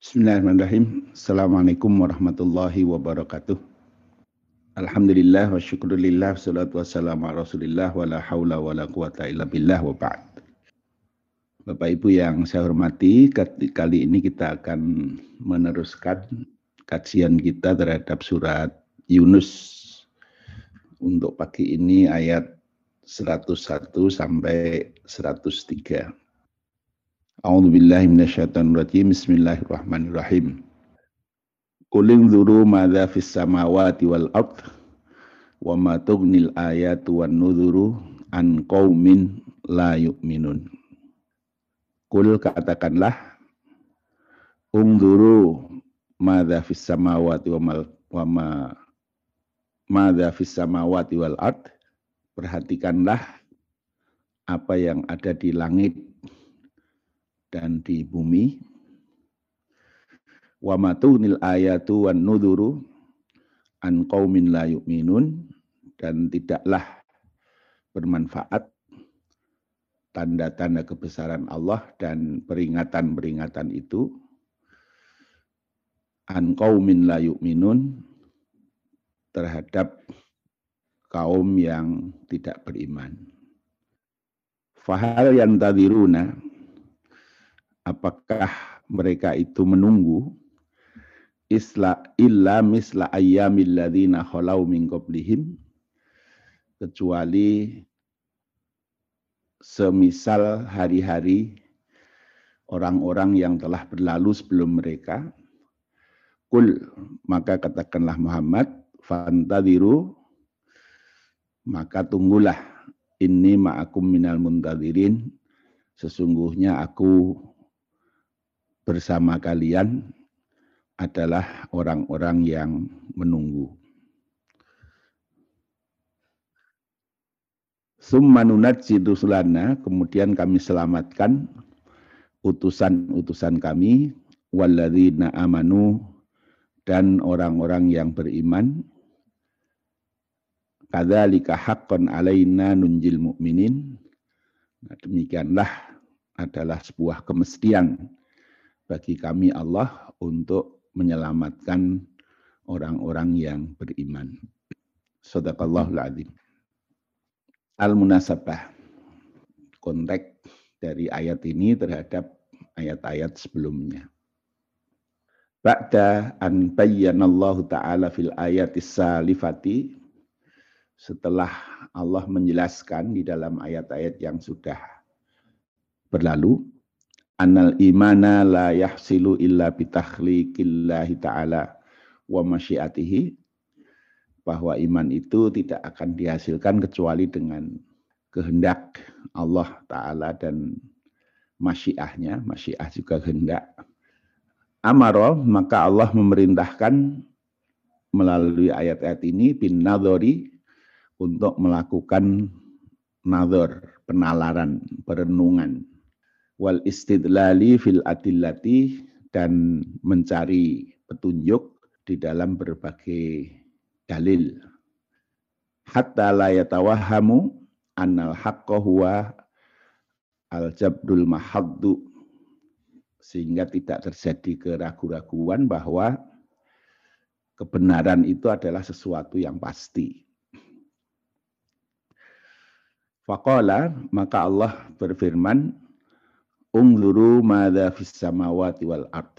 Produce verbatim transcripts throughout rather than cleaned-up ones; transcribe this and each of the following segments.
Bismillahirrahmanirrahim. Assalamualaikum warahmatullahi wabarakatuh. Alhamdulillah wa syukurillah wassalatu wassalamu ala rasulillah wa la hawla wa la quwata illa billah wa ba'd. Bapak Ibu yang saya hormati, kali ini kita akan meneruskan kajian kita terhadap surat Yunus. Untuk pagi ini ayat seratus satu sampai seratus tiga. A'udzubillahi minasyaitonirrajim. Bismillahirrahmanirrahim. Qul inzuru madza fis samawati wal ardh wa ma tughnil ayatu wan nuzuru an qaumin la yu'minun. Qul, katakanlah, unzuru madza fis samawati wa mal wa ma madza fis samawati wal ardh. Perhatikanlah apa yang ada di langit dan di bumi. Wa matughnil ayatu wan nudhuru an qaumin la yu'minun, dan tidaklah bermanfaat tanda-tanda kebesaran Allah dan peringatan-peringatan itu an qaumin la yu'minun, terhadap kaum yang tidak beriman. Fahal yantadiruna, apakah mereka itu menunggu isla illa misla ayyamil ladzina khalau min qablihim, kecuali semisal hari-hari orang-orang yang telah berlalu sebelum mereka. Kul, maka katakanlah Muhammad, fantadiru, maka tunggulah, inni ma'akum minal muntadirin, sesungguhnya aku bersama kalian adalah orang-orang yang menunggu. Summa nunajji rusulana, kemudian kami selamatkan utusan-utusan kami, walladzina amanu, dan orang-orang yang beriman. Kadzalika haqqan alaina nunjil mu'minin. Nah, demikianlah adalah sebuah kemestian bagi kami Allah untuk menyelamatkan orang-orang yang beriman. Shadaqallahul adzim. Al-munasabah, konteks dari ayat ini terhadap ayat-ayat sebelumnya. Ba'da an bayyanallahu ta'ala fil ayatis salifati, setelah Allah menjelaskan di dalam ayat-ayat yang sudah berlalu, annal imana la yahsilu illa bitakhliqillahi ta'ala wa masyiatihi, bahwa iman itu tidak akan dihasilkan kecuali dengan kehendak Allah Ta'ala dan masyiahnya. Masyiah juga kehendak. Amaro, maka Allah memerintahkan melalui ayat-ayat ini bin nadhari, untuk melakukan nadhar, penalaran, perenungan, wal istidlali fil adillati, dan mencari petunjuk di dalam berbagai dalil. Hatta la yatawahhamu annal haqqa huwa al-jabdul mahaddu, sehingga tidak terjadi keraguan-raguan bahwa kebenaran itu adalah sesuatu yang pasti. Faqala, maka Allah berfirman, unzuru madza fis samawati wal ard.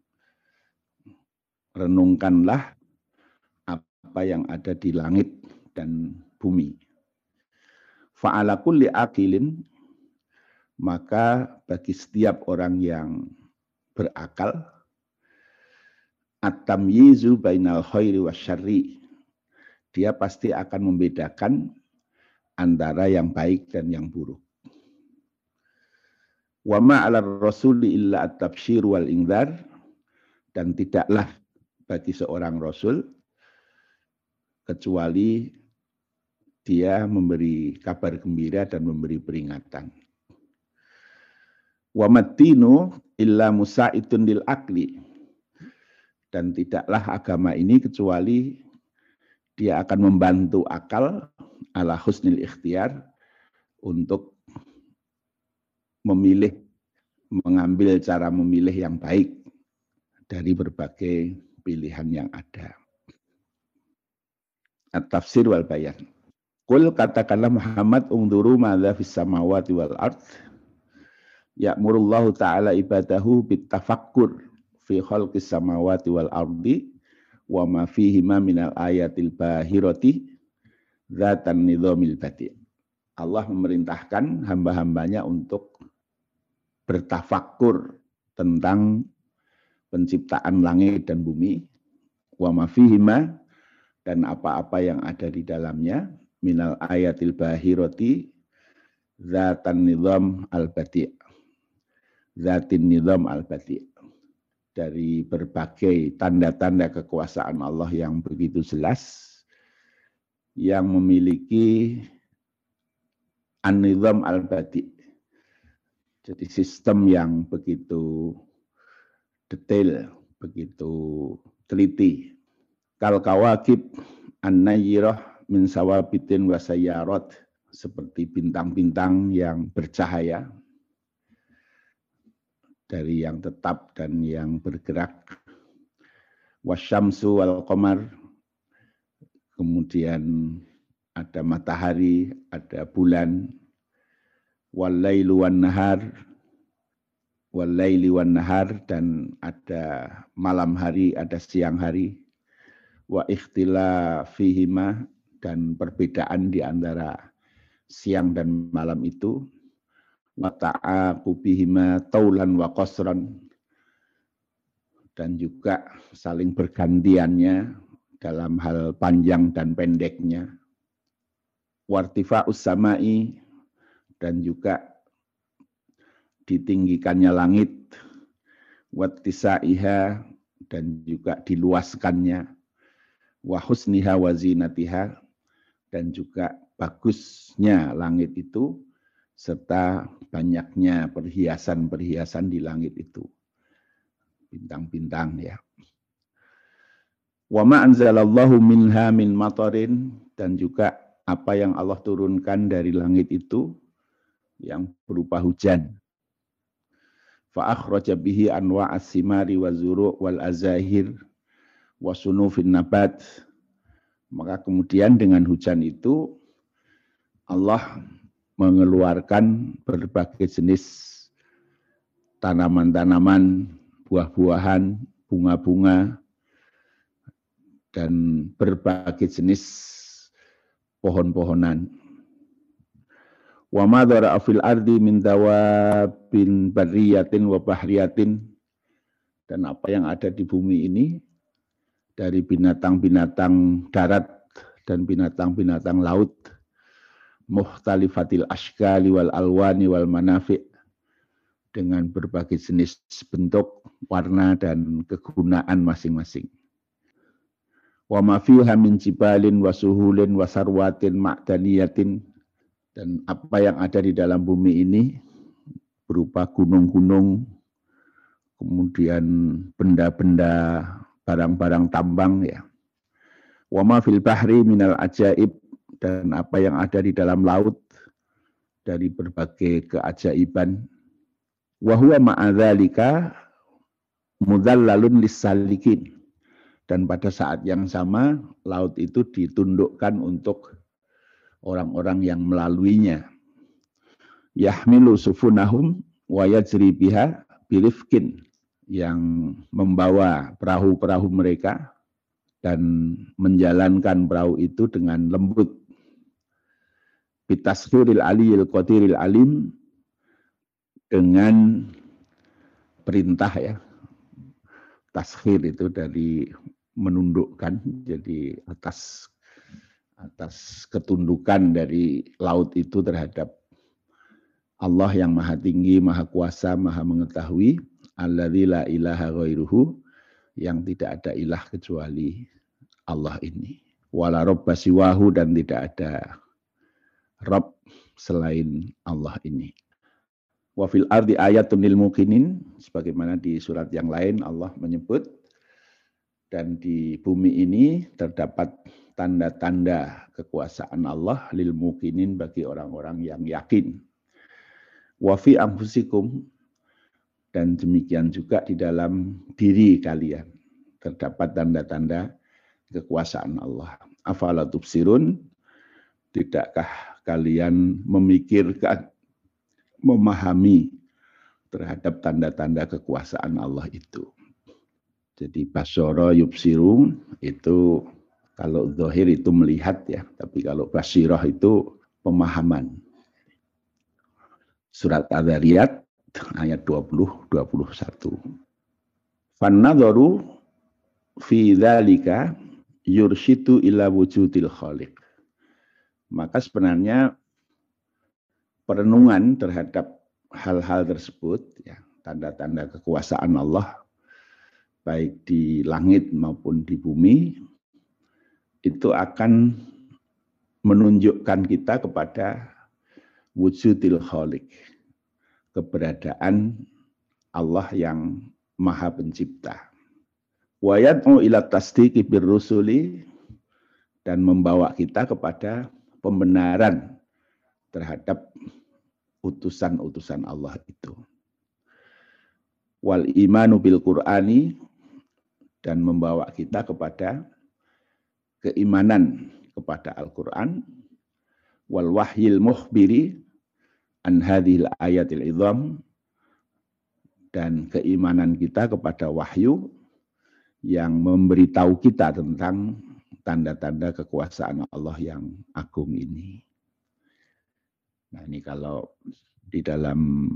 Renungkanlah apa yang ada di langit dan bumi. Fa'ala kulli aqilin, maka bagi setiap orang yang berakal, at-tamyizu bainal khairi wasyarri, dia pasti akan membedakan antara yang baik dan yang buruk. Wa ma 'alar rasuli illa at-tabsyir wal indzar, dan tidaklah bagi seorang rasul kecuali dia memberi kabar gembira dan memberi peringatan. Wa matinu illa musa'idun lil aqli, dan tidaklah agama ini kecuali dia akan membantu akal ala husnil ikhtiyar, untuk memilih, mengambil cara memilih yang baik. dari berbagai pilihan yang ada. At-tafsir wal bayan. Qul katakanlah Muhammad ungduru madza fis samawati wal ard. Ya'murullahu ta'ala ibadahu bitafakkur fi khalqis samawati wal ardi wa ma fihima minal ayatil bahirati dzatan nidhamil badi'. Allah memerintahkan hamba-hambanya untuk bertafakkur tentang penciptaan langit dan bumi, wa ma fihima, dan apa-apa yang ada di dalamnya, minal ayatil bahirati dzatan nidham al-badi'. Zatin nidham al-badi'. Dari berbagai tanda-tanda kekuasaan Allah yang begitu jelas, yang memiliki an-nidham al-badi'. Jadi sistem yang begitu detail, begitu teliti. Kal kawakib an-nayyirah min sawabitin wa sayyarat, seperti bintang-bintang yang bercahaya dari yang tetap dan yang bergerak. Wasyamsu wal qamar, kemudian ada matahari, ada bulan. Wal-lailu wan nahar, wal-laili wan nahar, dan ada malam hari, ada siang hari. Wa ikhtilafihima, dan perbedaan di antara siang dan malam itu. Wa ta'aqubihima taulan wa qasran, dan juga saling bergantiannya dalam hal panjang dan pendeknya. Wartifa'us samai, dan juga ditinggikannya langit. Wattisa'iha, dan juga diluaskannya. Wa husniha wa zinatiha, dan juga bagusnya langit itu serta banyaknya perhiasan-perhiasan di langit itu. Bintang-bintang ya. Wa ma anzalallahu minha min matarin, dan juga apa yang Allah turunkan dari langit itu yang berupa hujan. Fa akhraja bihi anwa'as simari wa zuru' wal azahir wa sunufin nabat. Maka kemudian dengan hujan itu Allah mengeluarkan berbagai jenis tanaman-tanaman, buah-buahan, bunga-bunga, dan berbagai jenis pohon-pohonan. Wa ma dzara'a fil ardi min dawabin barriyatin wa bahriyatin, dan apa yang ada di bumi ini dari binatang-binatang darat dan binatang-binatang laut, muhtalifatil ashkali wal alwani wal manafi', dengan berbagai jenis bentuk, warna, dan kegunaan masing-masing. Wa ma fiha min jibalin wa suhulin wa sarwatin ma'daniyatin, dan apa yang ada di dalam bumi ini berupa gunung-gunung, kemudian benda-benda, barang-barang tambang ya. Wa ma fil bahri minal ajaib, dan apa yang ada di dalam laut dari berbagai keajaiban. Wa huwa ma'adzalika mudhallalun lis-salikin, dan pada saat yang sama laut itu ditundukkan untuk orang-orang yang melaluinya. Yahmilu sufunahum wa yajri biha birifkin, yang membawa perahu-perahu mereka dan menjalankan perahu itu dengan lembut. Bitaskhiril aliyil qadiril alim, dengan perintah ya. Taskhir itu dari menundukkan, jadi atas atas ketundukan dari laut itu terhadap Allah yang maha tinggi, maha kuasa, maha mengetahui, alladzi la ilaha ghairuhu, yang tidak ada ilah kecuali Allah ini. Wala robba siwahu, dan tidak ada Rabb selain Allah ini. Wa fil ardi ayatun lil muqinin, sebagaimana di surat yang lain Allah menyebut, dan di bumi ini terdapat tanda-tanda kekuasaan Allah lil muqinin, bagi orang-orang yang yakin. Wa fi anfusikum, Dan demikian juga di dalam diri kalian terdapat tanda-tanda kekuasaan Allah. Afala tubsirun, tidakkah kalian memikirkan, memahami terhadap tanda-tanda kekuasaan Allah itu. Jadi basyara yubsiru itu kalau zahir itu melihat ya, tapi kalau basyirah itu pemahaman. Surat Adzariyat ayat dua puluh sampai dua puluh satu. Fannadharu fi dzalika yursyidu ila wujudil khaliq. Maka sebenarnya perenungan terhadap hal-hal tersebut, ya, tanda-tanda kekuasaan Allah, baik di langit maupun di bumi, itu akan menunjukkan kita kepada wujudil khaliq, keberadaan Allah yang Maha Pencipta. Wa yad'u ila tasdiqi birrusuli, dan membawa kita kepada pembenaran terhadap utusan-utusan Allah itu. Wal imanu bil Qur'ani, dan membawa kita kepada keimanan kepada Al-Qur'an. Wal wahyil mukhbiri an hadhil ayatil idham, dan keimanan kita kepada wahyu yang memberitahu kita tentang tanda-tanda kekuasaan Allah yang agung ini. Nah, ini kalau di dalam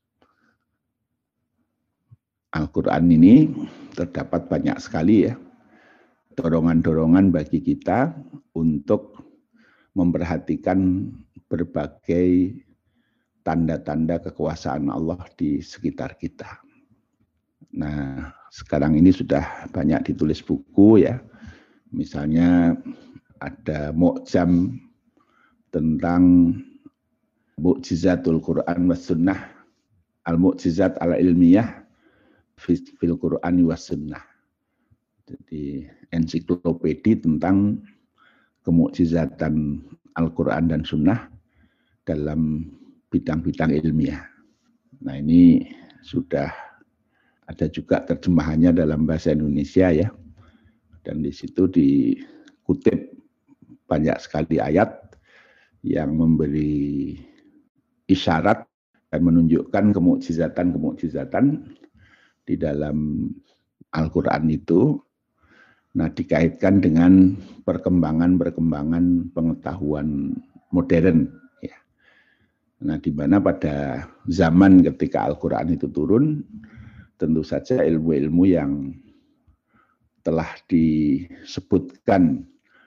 Al-Quran ini terdapat banyak sekali ya dorongan-dorongan bagi kita untuk memperhatikan berbagai tanda-tanda kekuasaan Allah di sekitar kita. Nah, sekarang ini sudah banyak ditulis buku ya. Misalnya ada mu'jam tentang mu'jizatul Quran was sunnah, al-mu'jizat al-ilmiyah fil Quran was sunnah. Jadi ensiklopedi tentang kemukjizatan Al-Quran dan Sunnah dalam bidang-bidang ilmiah. Nah, ini sudah ada juga terjemahannya dalam bahasa Indonesia ya. Dan di situ dikutip banyak sekali ayat yang memberi isyarat dan menunjukkan kemukjizatan-kemukjizatan di dalam Al-Quran itu. Nah, dikaitkan dengan perkembangan-perkembangan pengetahuan modern. Ya. Nah, di mana pada zaman ketika Al-Quran itu turun, tentu saja ilmu-ilmu yang telah disebutkan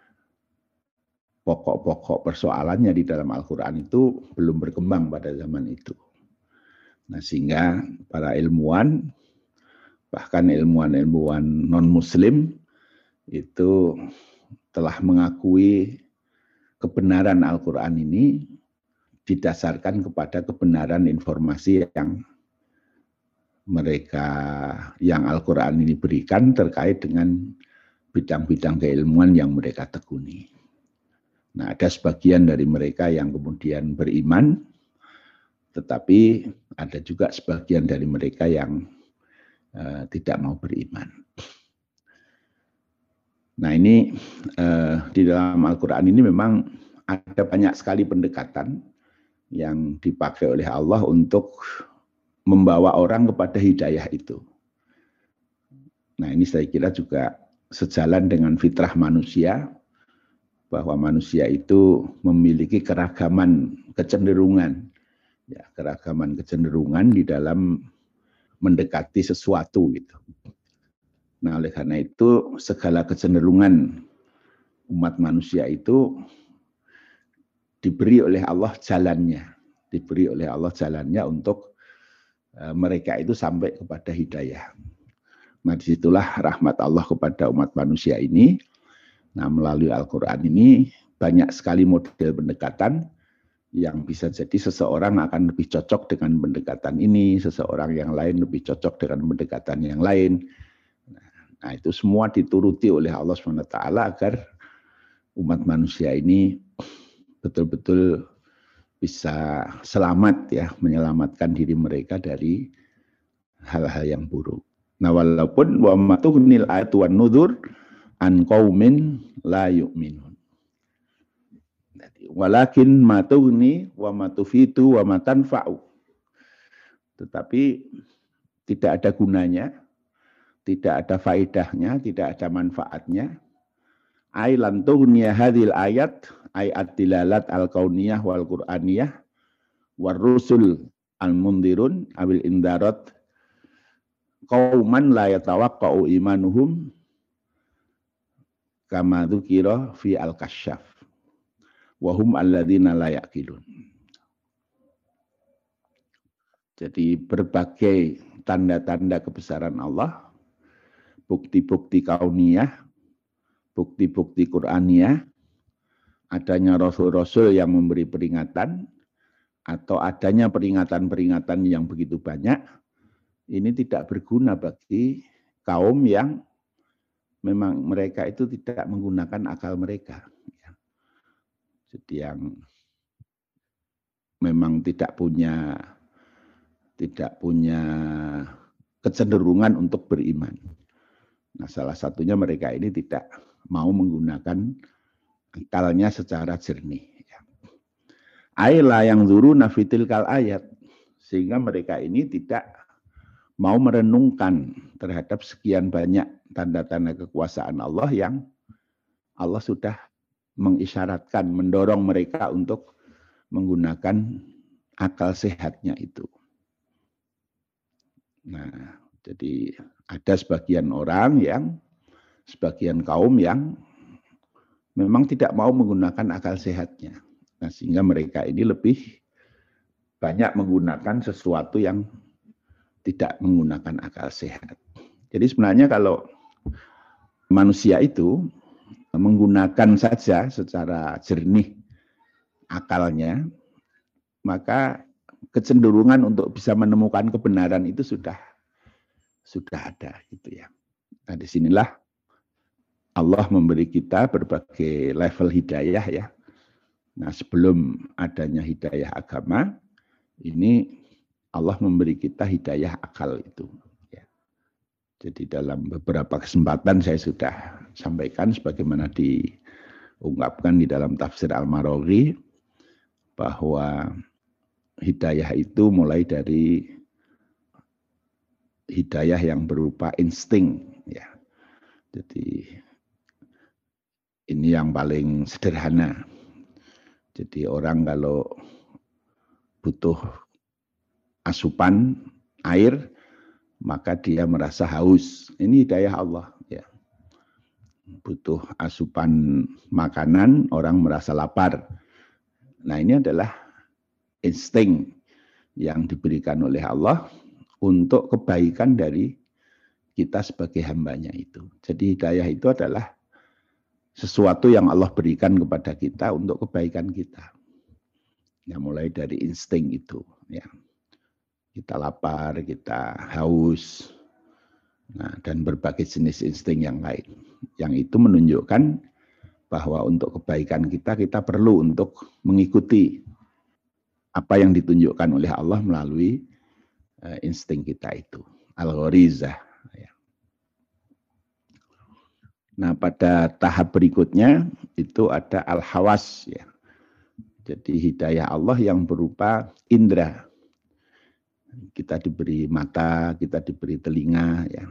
pokok-pokok persoalannya di dalam Al-Quran itu belum berkembang pada zaman itu. Nah, sehingga para ilmuwan, bahkan ilmuwan-ilmuwan non-muslim, itu telah mengakui kebenaran Al-Quran ini didasarkan kepada kebenaran informasi yang mereka, yang Al-Quran ini berikan terkait dengan bidang-bidang keilmuan yang mereka tekuni. Nah, ada sebagian dari mereka yang kemudian beriman, tetapi ada juga sebagian dari mereka yang uh, tidak mau beriman. Nah, ini eh, di dalam Al-Quran ini memang ada banyak sekali pendekatan yang dipakai oleh Allah untuk membawa orang kepada hidayah itu. Nah, ini saya kira juga sejalan dengan fitrah manusia, bahwa manusia itu memiliki keragaman kecenderungan, ya, keragaman kecenderungan di dalam mendekati sesuatu gitu. Nah, oleh karena itu segala kecenderungan umat manusia itu diberi oleh Allah jalannya, diberi oleh Allah jalannya untuk uh, mereka itu sampai kepada hidayah. Nah, disitulah rahmat Allah kepada umat manusia ini. Nah, melalui Al-Quran ini banyak sekali model pendekatan yang bisa jadi seseorang akan lebih cocok dengan pendekatan ini, seseorang yang lain lebih cocok dengan pendekatan yang lain. Nah, itu semua dituruti oleh Allah subhanahu wa taala agar umat manusia ini betul-betul bisa selamat ya, menyelamatkan diri mereka dari hal-hal yang buruk. Nah, walaupun wa matughnil ayatu wan nuzur an qaumin la yu'minun. Walakin matughni wa matufitu wa matanfa'u. Tetapi tidak ada gunanya, tidak ada faedahnya, tidak ada manfaatnya. Ai lan tughniya hadhil ayat ayat dilalat al-kauniyah wal qur'aniyah war rusul al-mundirun abil indarat qauman la yatawaqqa'u imanuhum kama dzukira fi al-kasyaf wa hum alladzina la yaqilun. Jadi berbagai tanda-tanda kebesaran Allah, bukti-bukti kauniyah, bukti-bukti Qur'aniyah, adanya rasul-rasul yang memberi peringatan, atau adanya peringatan-peringatan yang begitu banyak, ini tidak berguna bagi kaum yang memang mereka itu tidak menggunakan akal mereka. Jadi yang memang tidak punya tidak punya kecenderungan untuk beriman. Nah, salah satunya mereka ini tidak mau menggunakan akalnya secara jernih. Aila yang zuru nafitil kal ayat, sehingga mereka ini tidak mau merenungkan terhadap sekian banyak tanda-tanda kekuasaan Allah yang Allah sudah mengisyaratkan, mendorong mereka untuk menggunakan akal sehatnya itu. Nah, jadi ada sebagian orang yang, sebagian kaum yang memang tidak mau menggunakan akal sehatnya. Nah, sehingga mereka ini lebih banyak menggunakan sesuatu yang tidak menggunakan akal sehat. Jadi sebenarnya kalau manusia itu menggunakan saja secara jernih akalnya, maka kecenderungan untuk bisa menemukan kebenaran itu sudah sudah ada gitu ya. Nah, disinilah Allah memberi kita berbagai level hidayah ya. Nah, sebelum adanya hidayah agama, ini Allah memberi kita hidayah akal itu. Ya. Jadi dalam beberapa kesempatan saya sudah sampaikan sebagaimana diungkapkan di dalam tafsir Al-Maraghi bahwa hidayah itu mulai dari hidayah yang berupa insting, ya. Jadi ini yang paling sederhana. Jadi orang kalau butuh asupan air, maka dia merasa haus. Ini hidayah Allah, ya. Butuh asupan makanan, orang merasa lapar. Nah, ini adalah insting yang diberikan oleh Allah untuk kebaikan dari kita sebagai hambanya itu. Jadi hidayah itu adalah sesuatu yang Allah berikan kepada kita untuk kebaikan kita. Ya, mulai dari insting itu. Ya. Kita lapar, kita haus, nah, dan berbagai jenis insting yang lain. Yang itu menunjukkan bahwa untuk kebaikan kita, kita perlu untuk mengikuti apa yang ditunjukkan oleh Allah melalui uh, insting kita itu. Al-gharizah. Ya. Nah, pada tahap berikutnya itu ada al-hawas. Ya. Jadi hidayah Allah yang berupa indera. Kita diberi mata, kita diberi telinga. Ya.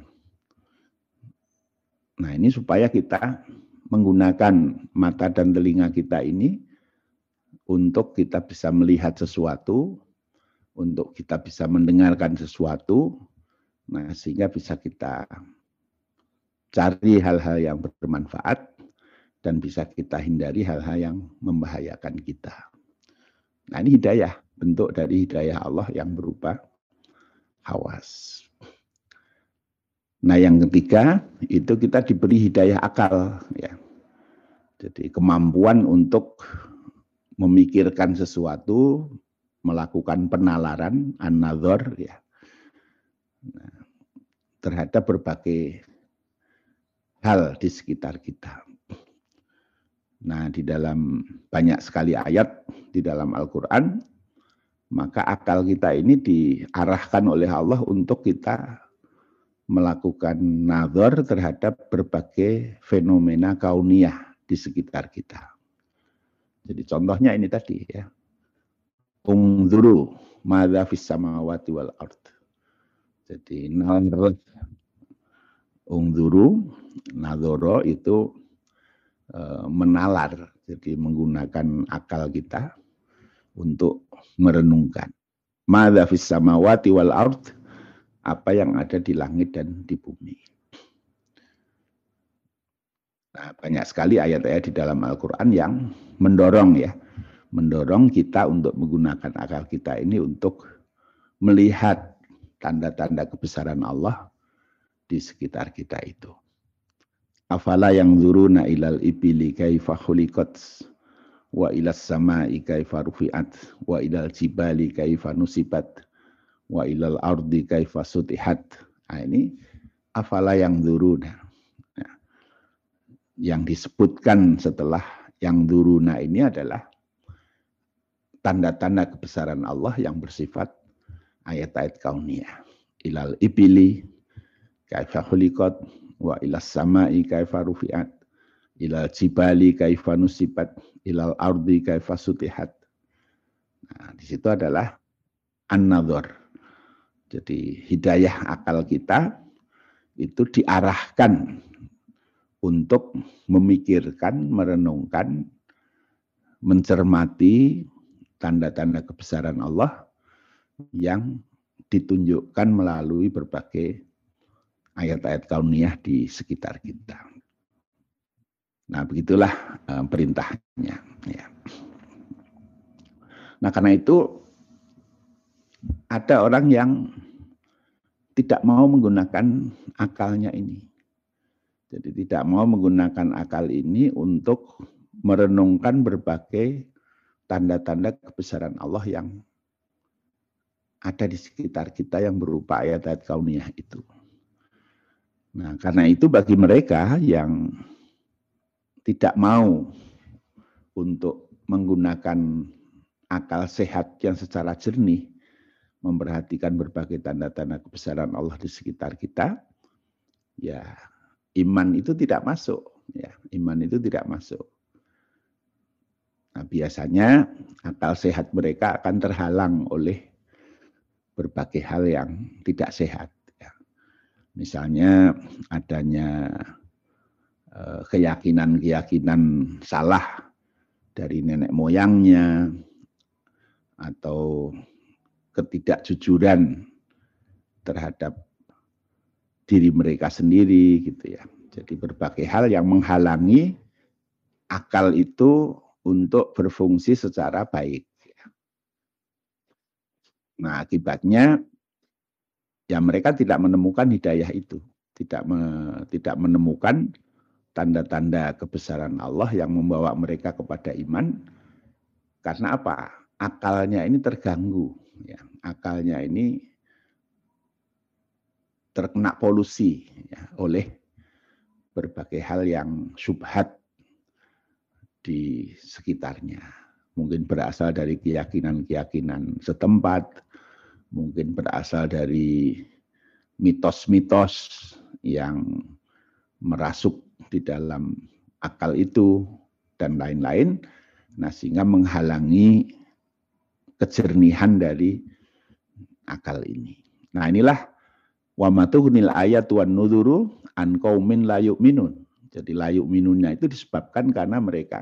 Nah, ini supaya kita menggunakan mata dan telinga kita ini untuk kita bisa melihat sesuatu, untuk kita bisa mendengarkan sesuatu, nah sehingga bisa kita cari hal-hal yang bermanfaat dan bisa kita hindari hal-hal yang membahayakan kita. Nah, ini hidayah, bentuk dari hidayah Allah yang berupa hawas. Nah, yang ketiga itu kita diberi hidayah akal, ya. Jadi kemampuan untuk memikirkan sesuatu, melakukan penalaran, an-nazar, ya, nah, terhadap berbagai hal di sekitar kita. Nah, di dalam banyak sekali ayat di dalam Al-Quran, maka akal kita ini diarahkan oleh Allah untuk kita melakukan nazar terhadap berbagai fenomena kauniyah di sekitar kita. Jadi contohnya ini tadi ya. Ungzuru madza fis samawati wal ard. Jadi nazar ungzuru nazara itu e, menalar, jadi menggunakan akal kita untuk merenungkan. Madza fis samawati wal ard, apa yang ada di langit dan di bumi. Nah, banyak sekali ayat-ayat di dalam Al-Quran yang mendorong ya, mendorong kita untuk menggunakan akal kita ini untuk melihat tanda-tanda kebesaran Allah di sekitar kita itu. Afala yang zuruna ilal ibili kaifa khuliqat wa ilas sama'i kaifa rufi'at wa ilal jibali kaifa nusibat wa ilal ardi kaifa sutihat. Nah, ini afala yang zuruna. Nah, yang disebutkan setelah yang zuruna ini adalah tanda-tanda kebesaran Allah yang bersifat ayat-ayat kauniyah. Ilal ibili kaifa khuliqat wa ilas sama'i kaifa rufi'at ilal jibali kaifa nusibat ilal ardi kaifa sutihat. Nah, di situ adalah an-nadhar. Jadi hidayah akal kita itu diarahkan untuk memikirkan, merenungkan, mencermati tanda-tanda kebesaran Allah yang ditunjukkan melalui berbagai ayat-ayat kauniyah di sekitar kita. Nah, begitulah uh, perintahnya. Ya. Nah, karena itu ada orang yang tidak mau menggunakan akalnya ini. Jadi tidak mau menggunakan akal ini untuk merenungkan berbagai tanda-tanda kebesaran Allah yang ada di sekitar kita yang berupa ayat-ayat kauniyah itu. Nah, karena itu bagi mereka yang tidak mau untuk menggunakan akal sehat yang secara jernih memperhatikan berbagai tanda-tanda kebesaran Allah di sekitar kita, ya iman itu tidak masuk, ya iman itu tidak masuk. Nah, biasanya akal sehat mereka akan terhalang oleh berbagai hal yang tidak sehat. Ya. Misalnya adanya eh, keyakinan-keyakinan salah dari nenek moyangnya atau ketidakjujuran terhadap diri mereka sendiri gitu ya. Jadi berbagai hal yang menghalangi akal itu untuk berfungsi secara baik. Nah, akibatnya ya mereka tidak menemukan hidayah itu, tidak me, tidak menemukan tanda-tanda kebesaran Allah yang membawa mereka kepada iman. Karena apa? Akalnya ini terganggu, ya. Akalnya ini terkena polusi ya, oleh berbagai hal yang syubhat di sekitarnya. Mungkin berasal dari keyakinan-keyakinan setempat, mungkin berasal dari mitos-mitos yang merasuk di dalam akal itu, dan lain-lain. Nah, sehingga menghalangi kejernihan dari akal ini. Nah, inilah wa matuhnil ayat wan nudhuru an qaumin la yu'minun. Jadi la yu'minunnya itu disebabkan karena mereka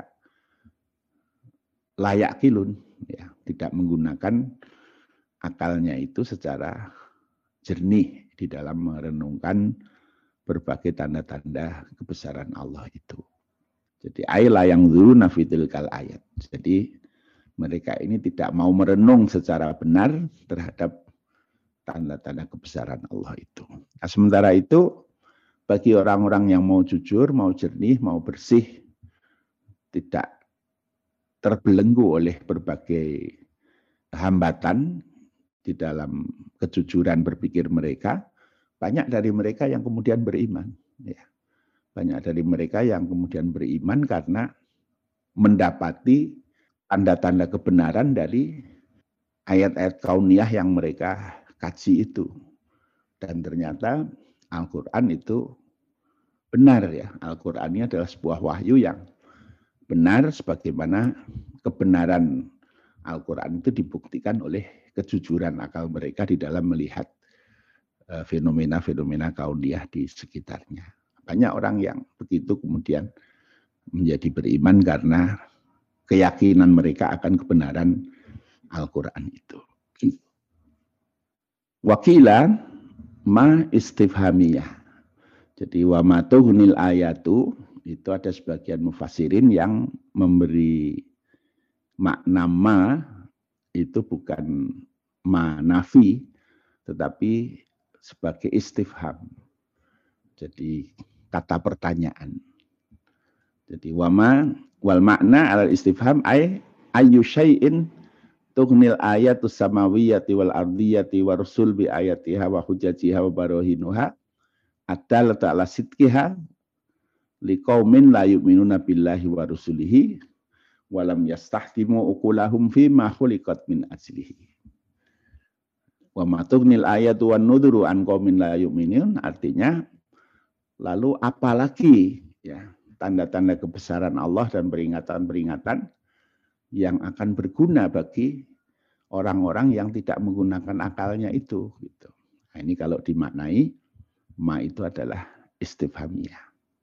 layak kilun, ya, tidak menggunakan akalnya itu secara jernih di dalam merenungkan berbagai tanda-tanda kebesaran Allah itu. Jadi ayla yang dulu nafidil kal ayat. Jadi mereka ini tidak mau merenung secara benar terhadap tanda-tanda kebesaran Allah itu. Nah, sementara itu bagi orang-orang yang mau jujur, mau jernih, mau bersih, tidak terbelenggu oleh berbagai hambatan di dalam kejujuran berpikir mereka, banyak dari mereka yang kemudian beriman. Ya. Banyak dari mereka yang kemudian beriman karena mendapati tanda-tanda kebenaran dari ayat-ayat kauniyah yang mereka kaji itu. Dan ternyata Al-Quran itu benar ya. Al-Quran ini adalah sebuah wahyu yang benar, sebagaimana kebenaran Al-Quran itu dibuktikan oleh kejujuran akal mereka di dalam melihat fenomena-fenomena kauniyah di sekitarnya. Banyak orang yang begitu kemudian menjadi beriman karena keyakinan mereka akan kebenaran Al-Quran itu. Wakila ma istifhamiyah. Jadi wa ma tuhunil ayatu, itu ada sebagian mufassirin yang memberi makna ma itu bukan ma nafi, tetapi sebagai istifham. Jadi kata pertanyaan. Jadi wama wal makna al istifham ay ayu syai'in tughnil ayatus samawiyyati wal ardiyati wa rusul bi ayatiha wa hujjajiha wa barahinuha adallata ala sidqiha liqaumin la yu'minuna billahi wa rusulihi wa lam yastahkimu uqulahum fi ma khuliqat min ajlihi. Wa ma tughnil ayatu wan nuduru an qaumin la yu'minun, artinya lalu apalagi ya tanda-tanda kebesaran Allah dan peringatan-peringatan yang akan berguna bagi orang-orang yang tidak menggunakan akalnya itu. Gitu. Nah, ini kalau dimaknai, ma itu adalah istifhamiyah.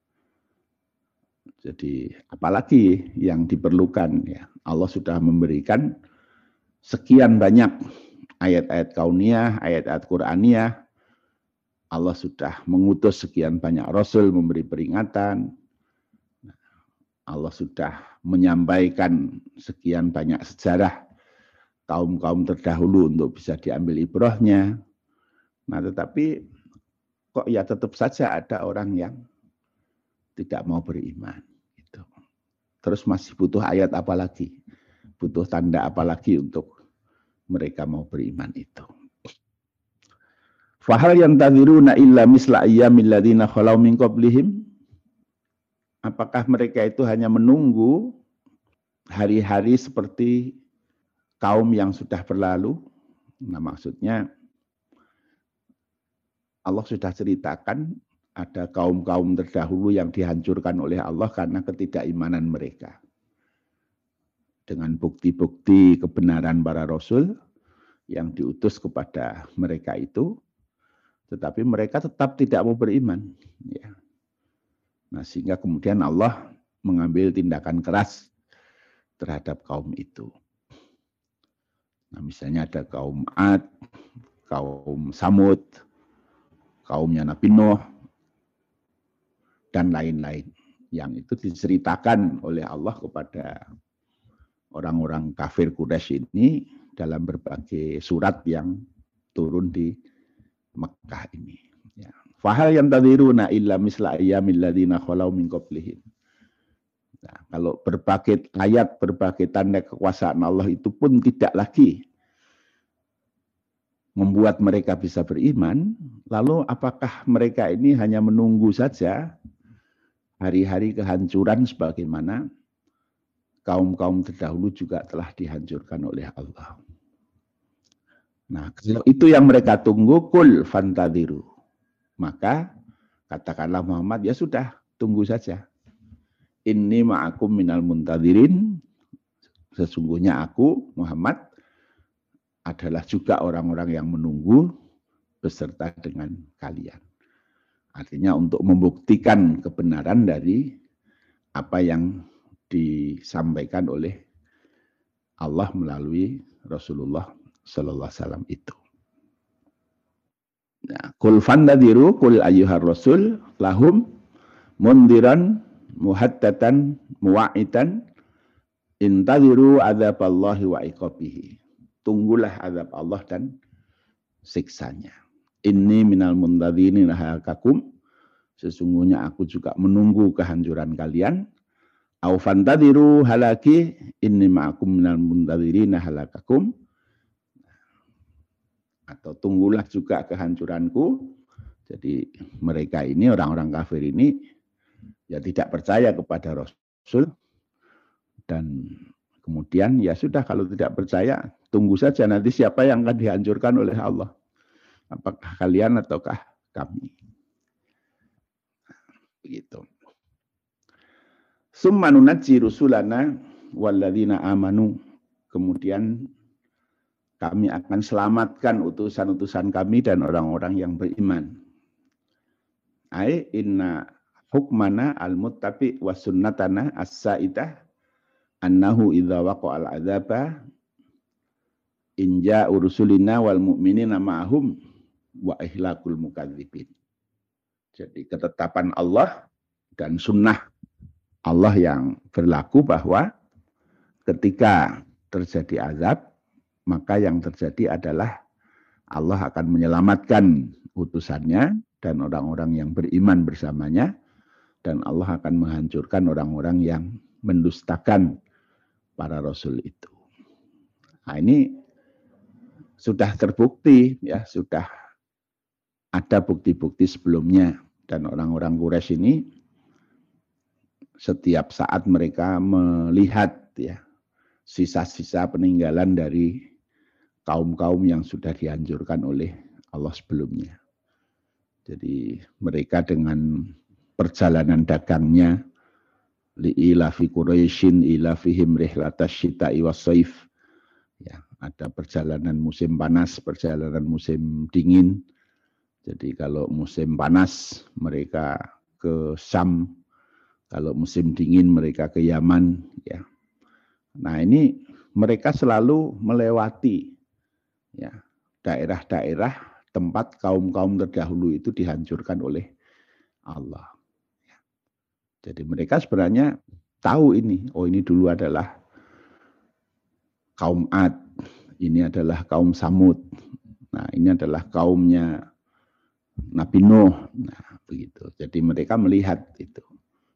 Jadi apalagi yang diperlukan ya, Allah sudah memberikan sekian banyak ayat-ayat kauniyah, ayat-ayat Qur'aniyah. Allah sudah mengutus sekian banyak rasul memberi peringatan. Allah sudah menyampaikan sekian banyak sejarah kaum-kaum terdahulu untuk bisa diambil ibrahnya. Nah, tetapi kok ya tetap saja ada orang yang tidak mau beriman. Gitu. Terus masih butuh ayat apa lagi? Butuh tanda apa lagi untuk mereka mau beriman itu? Fahal yantaziruna illa misla ayyamil ladzina khalau min qablihim? Apakah mereka itu hanya menunggu hari-hari seperti kaum yang sudah berlalu? Nah, maksudnya Allah sudah ceritakan ada kaum-kaum terdahulu yang dihancurkan oleh Allah karena ketidakimanan mereka. Dengan bukti-bukti kebenaran para rasul yang diutus kepada mereka itu, tetapi mereka tetap tidak mau beriman. Ya. Nah, sehingga kemudian Allah mengambil tindakan keras terhadap kaum itu. Nah, misalnya ada kaum Ad, kaum Samud, kaumnya Nabi Nuh, dan lain-lain. Yang itu diceritakan oleh Allah kepada orang-orang kafir Quraisy ini dalam berbagai surat yang turun di Mekah ini. Ya. Fahal yantaziruna illa misla ayyamil ladzina khalau min qablihim. Nah, kalau berbagai ayat, berbagai tanda kekuasaan Allah itu pun tidak lagi membuat mereka bisa beriman, lalu apakah mereka ini hanya menunggu saja hari-hari kehancuran sebagaimana kaum-kaum terdahulu juga telah dihancurkan oleh Allah. Nah, kalau itu yang mereka tunggu, kul fantadiru. Maka katakanlah Muhammad, ya sudah, tunggu saja. Inni ma'akum minal muntadirin. Sesungguhnya aku, Muhammad, adalah juga orang-orang yang menunggu beserta dengan kalian. Artinya untuk membuktikan kebenaran dari apa yang disampaikan oleh Allah melalui Rasulullah Sallallahu Alaihi Wasallam itu. Nah, kul fandadiru kul ayyuhar rasul lahum mundiran muhaddatan muwa'idan intadiru adzaballahi wa iqabihi. Tunggulah azab Allah dan siksanya. Inni minal muntadirin hakakum. Sesungguhnya aku juga menunggu kehancuran kalian. Au fantadiru halaki inni ma'akum minal muntadirin halakakum. Atau tunggulah juga kehancuranku. Jadi mereka ini, orang-orang kafir ini, ya tidak percaya kepada Rasul. Dan kemudian ya sudah, kalau tidak percaya, tunggu saja nanti siapa yang akan dihancurkan oleh Allah. Apakah kalian ataukah kami? Begitu. Summa nunajji rusulana walladzina amanu. Kemudian kami akan selamatkan utusan-utusan kami dan orang-orang yang beriman. Ai inna hukmana al-muttabi wa sunnatana as-saidah annahu idza waqa'al adzaba inja urusulina wal mu'minina ma'ahum wa ihlakul mukadzibin. Jadi ketetapan Allah dan sunnah Allah yang berlaku bahwa ketika terjadi azab, maka yang terjadi adalah Allah akan menyelamatkan utusannya dan orang-orang yang beriman bersamanya, dan Allah akan menghancurkan orang-orang yang mendustakan para rasul itu. Nah, ini sudah terbukti, ya, sudah ada bukti-bukti sebelumnya, dan orang-orang Quraisy ini setiap saat mereka melihat, ya, sisa-sisa peninggalan dari kaum-kaum yang sudah dihancurkan oleh Allah sebelumnya. Jadi mereka dengan perjalanan dagangnya, li'ilafi Quraisyin ilafihim rihlatash syita'i was-shaif. Ya, ada perjalanan musim panas, perjalanan musim dingin. Jadi kalau musim panas mereka ke Syam, kalau musim dingin mereka ke Yaman, ya. Nah, ini mereka selalu melewati, ya, daerah-daerah tempat kaum-kaum terdahulu itu dihancurkan oleh Allah. Jadi mereka sebenarnya tahu ini, oh ini dulu adalah kaum Ad, ini adalah kaum Samud, nah ini adalah kaumnya Nabi Nuh, nah begitu. Jadi mereka melihat itu.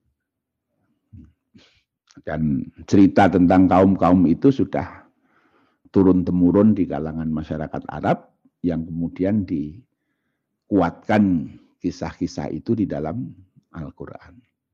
Dan cerita tentang kaum-kaum itu sudah turun-temurun di kalangan masyarakat Arab, yang kemudian dikuatkan kisah-kisah itu di dalam Al-Quran.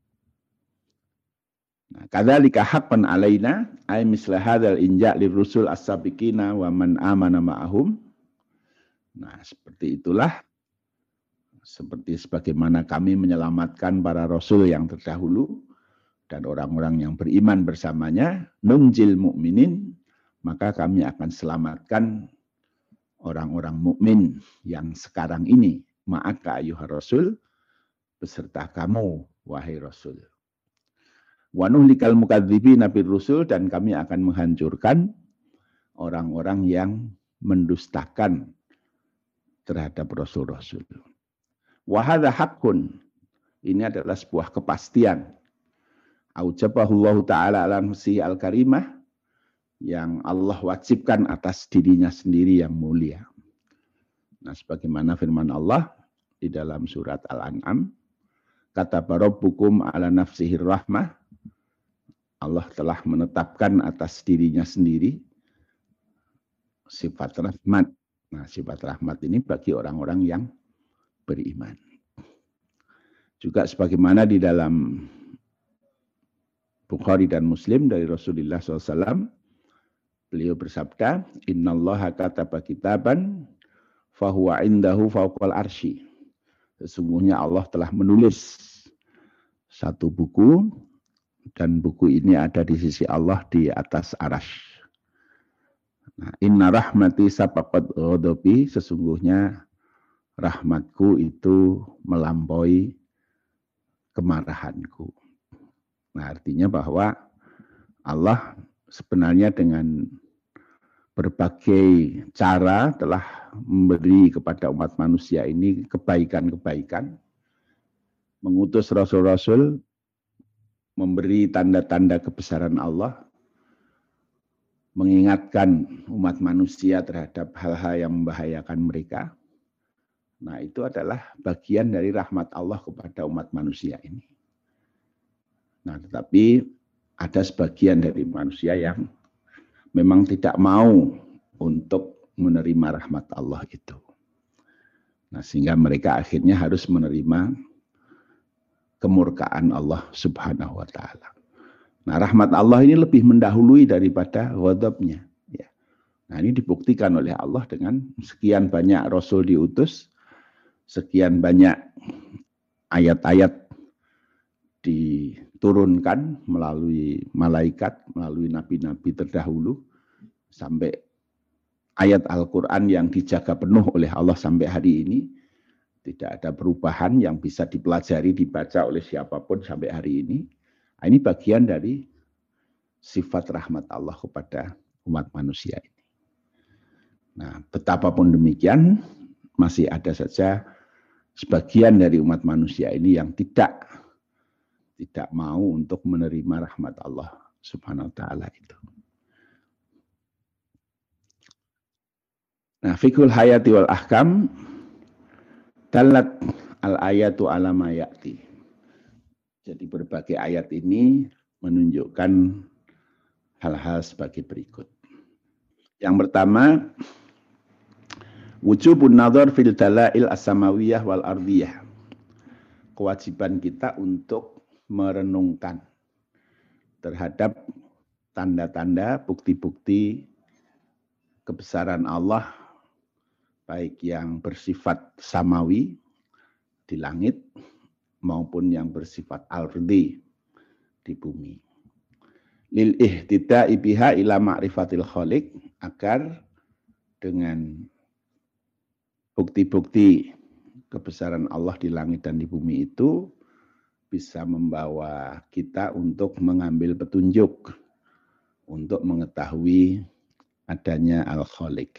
Nah, kadzalika haqqan alaina ay misla hadzal inja' lirrusul as-sabiqina wa man amana ma'ahum. Nah, seperti itulah, seperti sebagaimana kami menyelamatkan para rasul yang terdahulu dan orang-orang yang beriman bersamanya, nunjil mu'minin, maka kami akan selamatkan orang-orang mukmin yang sekarang ini, ma'aka ayyuhar rasul, beserta kamu wahai rasul. Wa nuhlikal mukadzibina bir rusul, dan kami akan menghancurkan orang-orang yang mendustakan terhadap rasul-rasul. Wa hadza haqqun, ini adalah sebuah kepastian. Aujabahullahu ta'ala ala nafsihi al-karimah, yang Allah wajibkan atas dirinya sendiri yang mulia. Nah, sebagaimana firman Allah di dalam surat Al-An'am, kata rabbukum ala nafsihir rahmah, Allah telah menetapkan atas dirinya sendiri sifat rahmat. Nah, sifat rahmat ini bagi orang-orang yang beriman. Juga sebagaimana di dalam Bukhari dan Muslim dari Rasulullah shallallahu alaihi wasallam, beliau bersabda, innallaha kataba kitaban fahuwa indahu fawqal arsy. Sesungguhnya Allah telah menulis satu buku, dan buku ini ada di sisi Allah di atas arasy. Nah, inna rahmati sabaqat ghadabi, sesungguhnya rahmatku itu melampaui kemarahanku. Nah, artinya bahwa Allah sebenarnya dengan berbagai cara telah memberi kepada umat manusia ini kebaikan-kebaikan, mengutus rasul-rasul, memberi tanda-tanda kebesaran Allah, mengingatkan umat manusia terhadap hal-hal yang membahayakan mereka. Nah, itu adalah bagian dari rahmat Allah kepada umat manusia ini. Nah, tetapi ada sebagian dari manusia yang memang tidak mau untuk menerima rahmat Allah itu. Nah, sehingga mereka akhirnya harus menerima kemurkaan Allah Subhanahu wa ta'ala. Nah, rahmat Allah ini lebih mendahului daripada ghadabnya. Ya. Nah, ini dibuktikan oleh Allah dengan sekian banyak Rasul diutus, sekian banyak ayat-ayat diturunkan melalui malaikat, melalui nabi-nabi terdahulu, sampai ayat Al-Quran yang dijaga penuh oleh Allah sampai hari ini. Tidak ada perubahan yang bisa dipelajari, dibaca oleh siapapun sampai hari ini. Ini bagian dari sifat rahmat Allah kepada umat manusia ini. Nah, betapapun demikian, masih ada saja sebagian dari umat manusia ini yang tidak tidak mau untuk menerima rahmat Allah Subhanahu wa taala itu. Nah, fiqhul hayati wal ahkam dalat al ayatu ala ma ya'ti. Jadi berbagai ayat ini menunjukkan hal-hal sebagai berikut. Yang pertama, wujubun nadhar fil dalail as-samawiyah wal ardiyah. Kewajiban kita untuk merenungkan terhadap tanda-tanda, bukti-bukti kebesaran Allah, baik yang bersifat samawi di langit maupun yang bersifat ardi di bumi. Lil ihtida'i biha ila ma'rifatil khaliq, agar dengan bukti-bukti kebesaran Allah di langit dan di bumi itu bisa membawa kita untuk mengambil petunjuk untuk mengetahui adanya al-khaliq.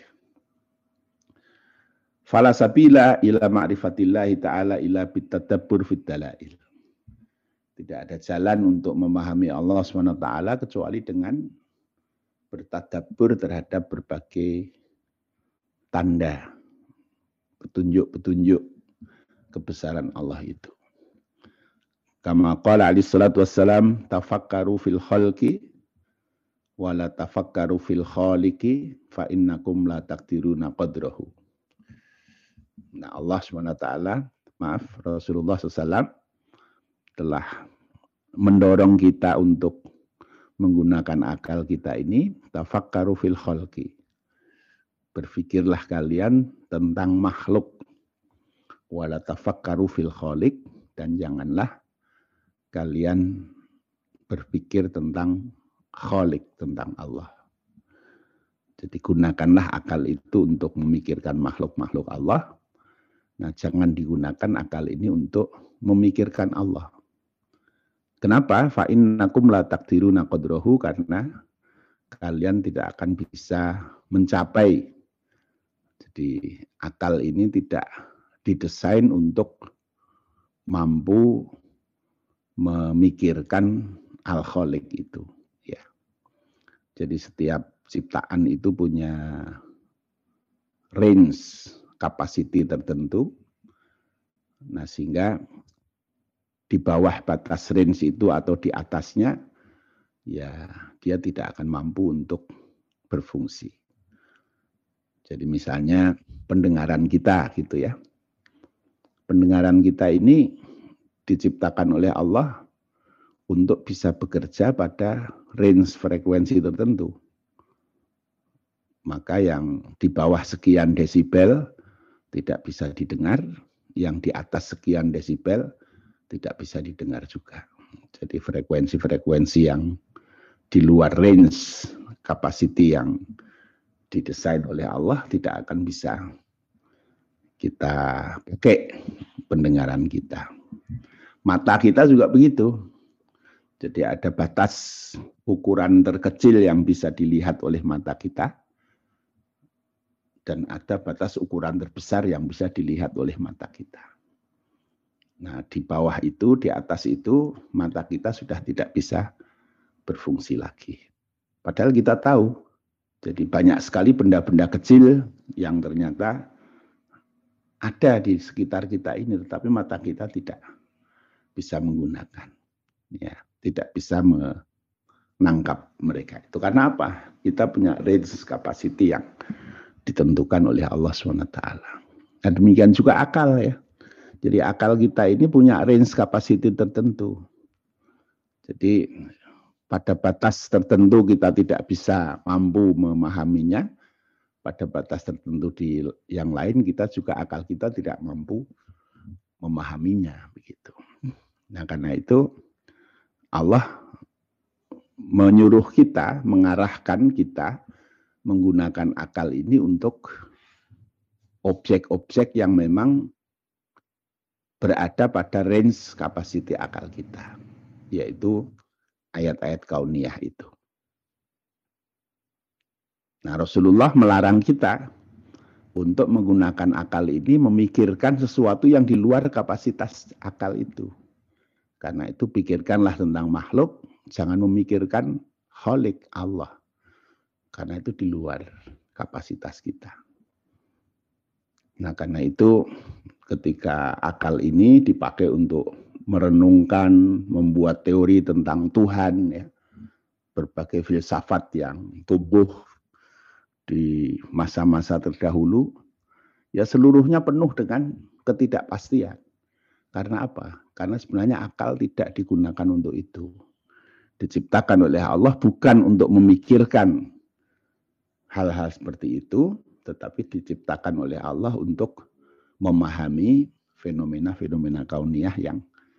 Fala sabila ila ma'rifatillahi ta'ala ila bitadabbur fid dalail. Tidak ada jalan untuk memahami Allah subhanahu wa taala kecuali dengan bertadabbur terhadap berbagai tanda, petunjuk-petunjuk kebesaran Allah itu. Kama qala alaihi salatu wassalam, tafakkaru fil khalqi wa la tafakkaru fil khaliqi fa innakum la taqdiruna qadrahu. Nah, Allah subhanahu wa taala, maaf, Rasulullah shallallahu alaihi wasallam telah mendorong kita untuk menggunakan akal kita ini, tafakkaru fil khalqi. Berfikirlah kalian tentang makhluk, wala tafakkaru fil khaliq, dan janganlah kalian berpikir tentang khaliq, tentang Allah. Jadi gunakanlah akal itu untuk memikirkan makhluk-makhluk Allah. Nah, jangan digunakan akal ini untuk memikirkan Allah. Kenapa? Fa innakum la taqdiruna qadrahu, karena kalian tidak akan bisa mencapai. Jadi akal ini tidak didesain untuk mampu memikirkan al-khaliq itu, ya. Jadi setiap ciptaan itu punya range capacity tertentu. Nah, sehingga di bawah batas range itu atau di atasnya, ya dia tidak akan mampu untuk berfungsi. Jadi misalnya pendengaran kita gitu ya. Pendengaran kita ini diciptakan oleh Allah untuk bisa bekerja pada range frekuensi tertentu. Maka yang di bawah sekian desibel tidak bisa didengar, yang di atas sekian desibel tidak bisa didengar juga. Jadi frekuensi-frekuensi yang di luar range capacity yang didesain oleh Allah tidak akan bisa kita pakai pendengaran kita. Mata kita juga begitu. Jadi ada batas ukuran terkecil yang bisa dilihat oleh mata kita, dan ada batas ukuran terbesar yang bisa dilihat oleh mata kita. Nah, di bawah itu, di atas itu, mata kita sudah tidak bisa berfungsi lagi. Padahal kita tahu, jadi banyak sekali benda-benda kecil yang ternyata ada di sekitar kita ini, tetapi mata kita tidak bisa menggunakan. Ya, tidak bisa menangkap mereka. Itu karena apa? Kita punya range capacity yang ditentukan oleh Allah subhanahu wa taala. Dan demikian juga akal ya. Jadi akal kita ini punya range capacity tertentu. Jadi pada batas tertentu kita tidak bisa mampu memahaminya, pada batas tertentu di yang lain kita juga akal kita tidak mampu memahaminya begitu. Nah, karena itu Allah menyuruh kita, mengarahkan kita menggunakan akal ini untuk objek-objek yang memang berada pada range kapasiti akal kita, yaitu ayat-ayat kauniyah itu. Nah, Rasulullah melarang kita untuk menggunakan akal ini memikirkan sesuatu yang di luar kapasitas akal itu. Karena itu pikirkanlah tentang makhluk, jangan memikirkan Khalik Allah. Karena itu di luar kapasitas kita. Nah, karena itu ketika akal ini dipakai untuk merenungkan, membuat teori tentang Tuhan, ya, berbagai filsafat yang tumbuh di masa-masa terdahulu, ya seluruhnya penuh dengan ketidakpastian. Karena apa? Karena sebenarnya akal tidak digunakan untuk itu. Diciptakan oleh Allah bukan untuk memikirkan hal-hal seperti itu, tetapi diciptakan oleh Allah untuk memahami fenomena-fenomena kauniyah yang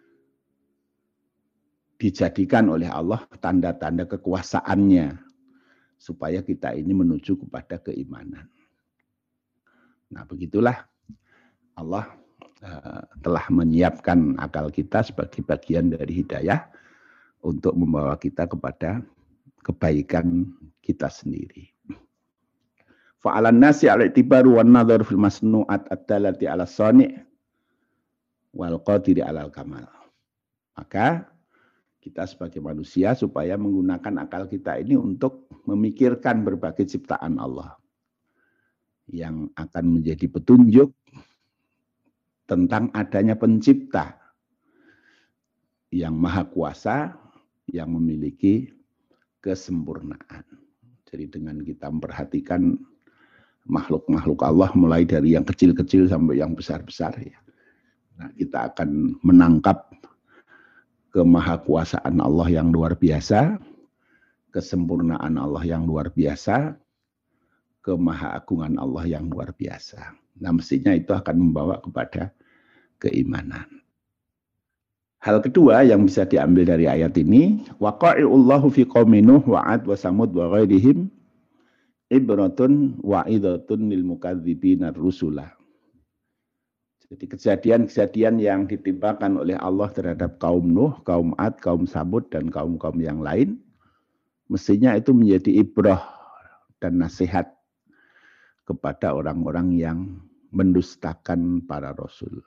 dijadikan oleh Allah tanda-tanda kekuasaannya, supaya kita ini menuju kepada keimanan. Nah, begitulah Allah uh, telah menyiapkan akal kita sebagai bagian dari hidayah untuk membawa kita kepada kebaikan kita sendiri. Fa'alan nasi al-i'tibaru wan nadhar fil masnu'at ad-dalati 'ala shani' wal qadiri 'alal kamal. Maka kita sebagai manusia supaya menggunakan akal kita ini untuk memikirkan berbagai ciptaan Allah yang akan menjadi petunjuk tentang adanya pencipta yang maha kuasa, yang memiliki kesempurnaan. Jadi dengan kita memperhatikan makhluk-makhluk Allah mulai dari yang kecil-kecil sampai yang besar-besar, ya, nah, kita akan menangkap kemahakuasaan Allah yang luar biasa, kesempurnaan Allah yang luar biasa, kemahaagungan Allah yang luar biasa. Nah, mestinya itu akan membawa kepada keimanan. Hal kedua yang bisa diambil dari ayat ini, waqa'i'ullahu fi qaumi Nuh wa 'ad wa Samud wa ghairihim ibratun wa idatun lil mukadzibina rusula. Jadi kejadian-kejadian yang ditimpakan oleh Allah terhadap kaum Nuh, kaum 'Ad, kaum Samud, dan kaum-kaum yang lain, mestinya itu menjadi ibrah dan nasihat kepada orang-orang yang mendustakan para rasul.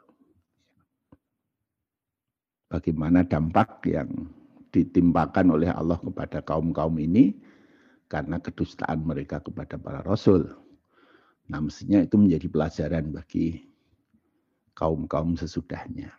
Bagaimana dampak yang ditimpakan oleh Allah kepada kaum-kaum ini karena kedustaan mereka kepada para rasul. Nah, mestinya itu menjadi pelajaran bagi kaum-kaum sesudahnya.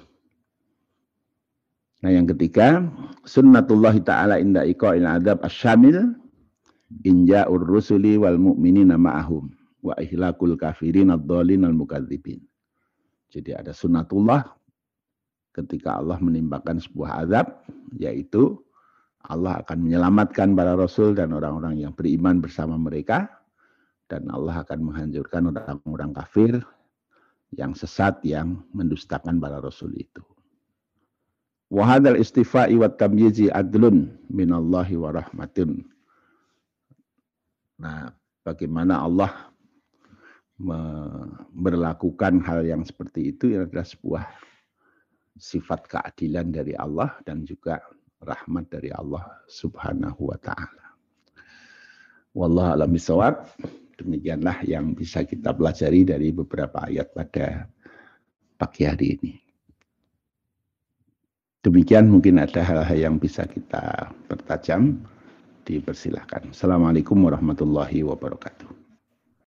Nah, yang ketiga, sunnatullah ta'ala inda iqa'il adab asyamil inja'ur rusuli wal mu'minina ma'ahum wa ihlakul kafirin ad-dhalin al-mukadzibin. Jadi ada sunnatullah ketika Allah menimpakan sebuah azab, yaitu Allah akan menyelamatkan para rasul dan orang-orang yang beriman bersama mereka, dan Allah akan menghancurkan orang-orang kafir yang sesat, yang mendustakan para rasul itu. Wa hadzal istifa'i wat tamyizi adlun minallahi wa rahmatun. Nah, bagaimana Allah memperlakukan hal yang seperti itu adalah sebuah sifat keadilan dari Allah dan juga rahmat dari Allah Subhanahu wa ta'ala. Wallahu a'lam bishawab. Demikianlah yang bisa kita pelajari dari beberapa ayat pada pagi hari ini. Demikian, mungkin ada hal-hal yang bisa kita pertajam, dipersilahkan. Assalamualaikum warahmatullahi wabarakatuh.